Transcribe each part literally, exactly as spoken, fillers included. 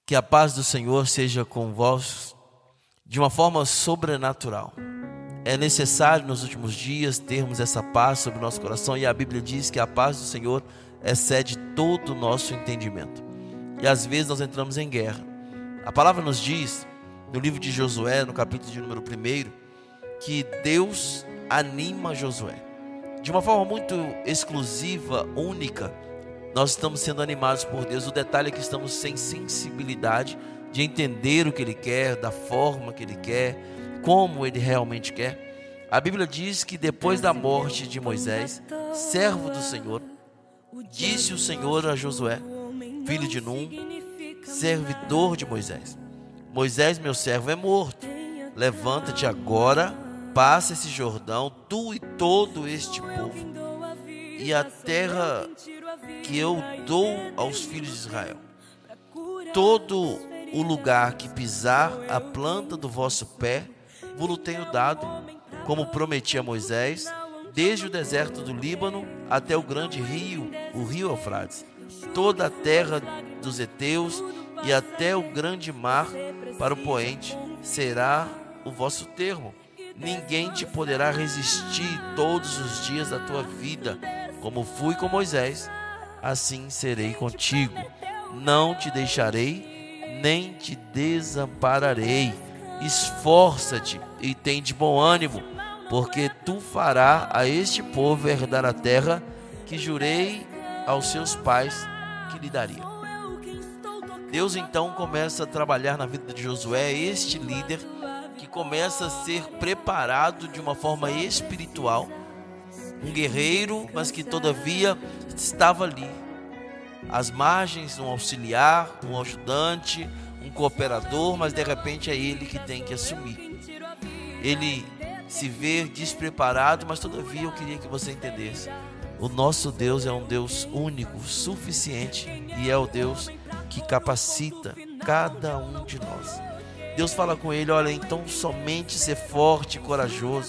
Que a paz do Senhor seja com vós de uma forma sobrenatural. É necessário nos últimos dias termos essa paz sobre o nosso coração, e a Bíblia diz que a paz do Senhor excede todo o nosso entendimento. E às vezes nós entramos em guerra. A palavra nos diz, no livro de Josué, no capítulo de número um, que Deus anima Josué. De uma forma muito exclusiva, única, nós estamos sendo animados por Deus. O detalhe é que estamos sem sensibilidade de entender o que Ele quer, da forma que Ele quer, como Ele realmente quer. A Bíblia diz que depois da morte de Moisés, servo do Senhor, disse o Senhor a Josué, filho de Num, servidor de Moisés: Moisés, meu servo, é morto. Levanta-te agora, passa esse Jordão, tu e todo este povo, e a terra que eu dou aos filhos de Israel. Todo o lugar que pisar a planta do vosso pé, vos tenho dado, como prometi a Moisés, desde o deserto do Líbano até o grande rio, o rio Eufrates, toda a terra dos heteus e até o grande mar para o poente, será o vosso termo. Ninguém te poderá resistir todos os dias da tua vida. Como fui com Moisés, assim serei contigo. Não te deixarei, nem te desampararei. Esforça-te e tem de bom ânimo, porque tu farás a este povo herdar a terra que jurei aos seus pais que lhe daria. Deus então começa a trabalhar na vida de Josué, este líder que começa a ser preparado de uma forma espiritual, um guerreiro, mas que todavia estava ali, às margens, um auxiliar, um ajudante, um cooperador, mas de repente é ele que tem que assumir. Ele se vê despreparado, mas todavia eu queria que você entendesse: o nosso Deus é um Deus único, suficiente, e é o Deus que capacita cada um de nós. Deus fala com ele: olha, então somente ser forte e corajoso,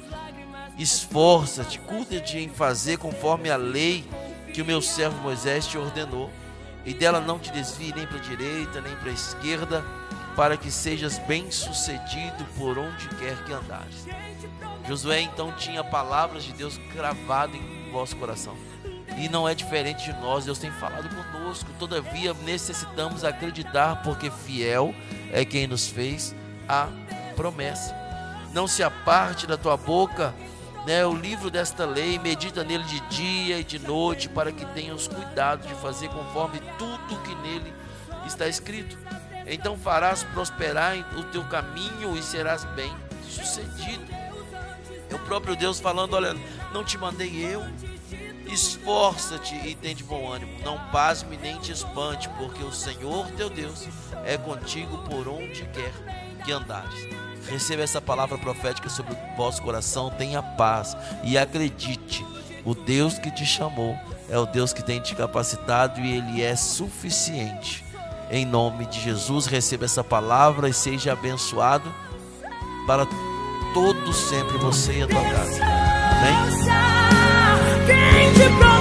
esforça-te, cuida-te em fazer conforme a lei que o meu servo Moisés te ordenou, e dela não te desvie nem para a direita nem para a esquerda, para que sejas bem sucedido por onde quer que andares. Josué então tinha palavras de Deus cravadas em vosso coração, e não é diferente de nós. Deus tem falado conosco, todavia necessitamos acreditar, porque fiel é quem nos fez a promessa. Não se aparte da tua boca, né, o livro desta lei, medita nele de dia e de noite, para que tenhas cuidado de fazer conforme tudo que nele está escrito. Então farás prosperar o teu caminho e serás bem sucedido. É o próprio Deus falando: olha, não te mandei eu? Esforça-te e tem de bom ânimo, não pasme nem te espante, porque o Senhor teu Deus é contigo por onde quer que andares. Receba essa palavra profética sobre o vosso coração, tenha paz e acredite: o Deus que te chamou é o Deus que tem te capacitado, e Ele é suficiente. Em nome de Jesus, receba essa palavra e seja abençoado para todo sempre, você e a tua casa. Amém?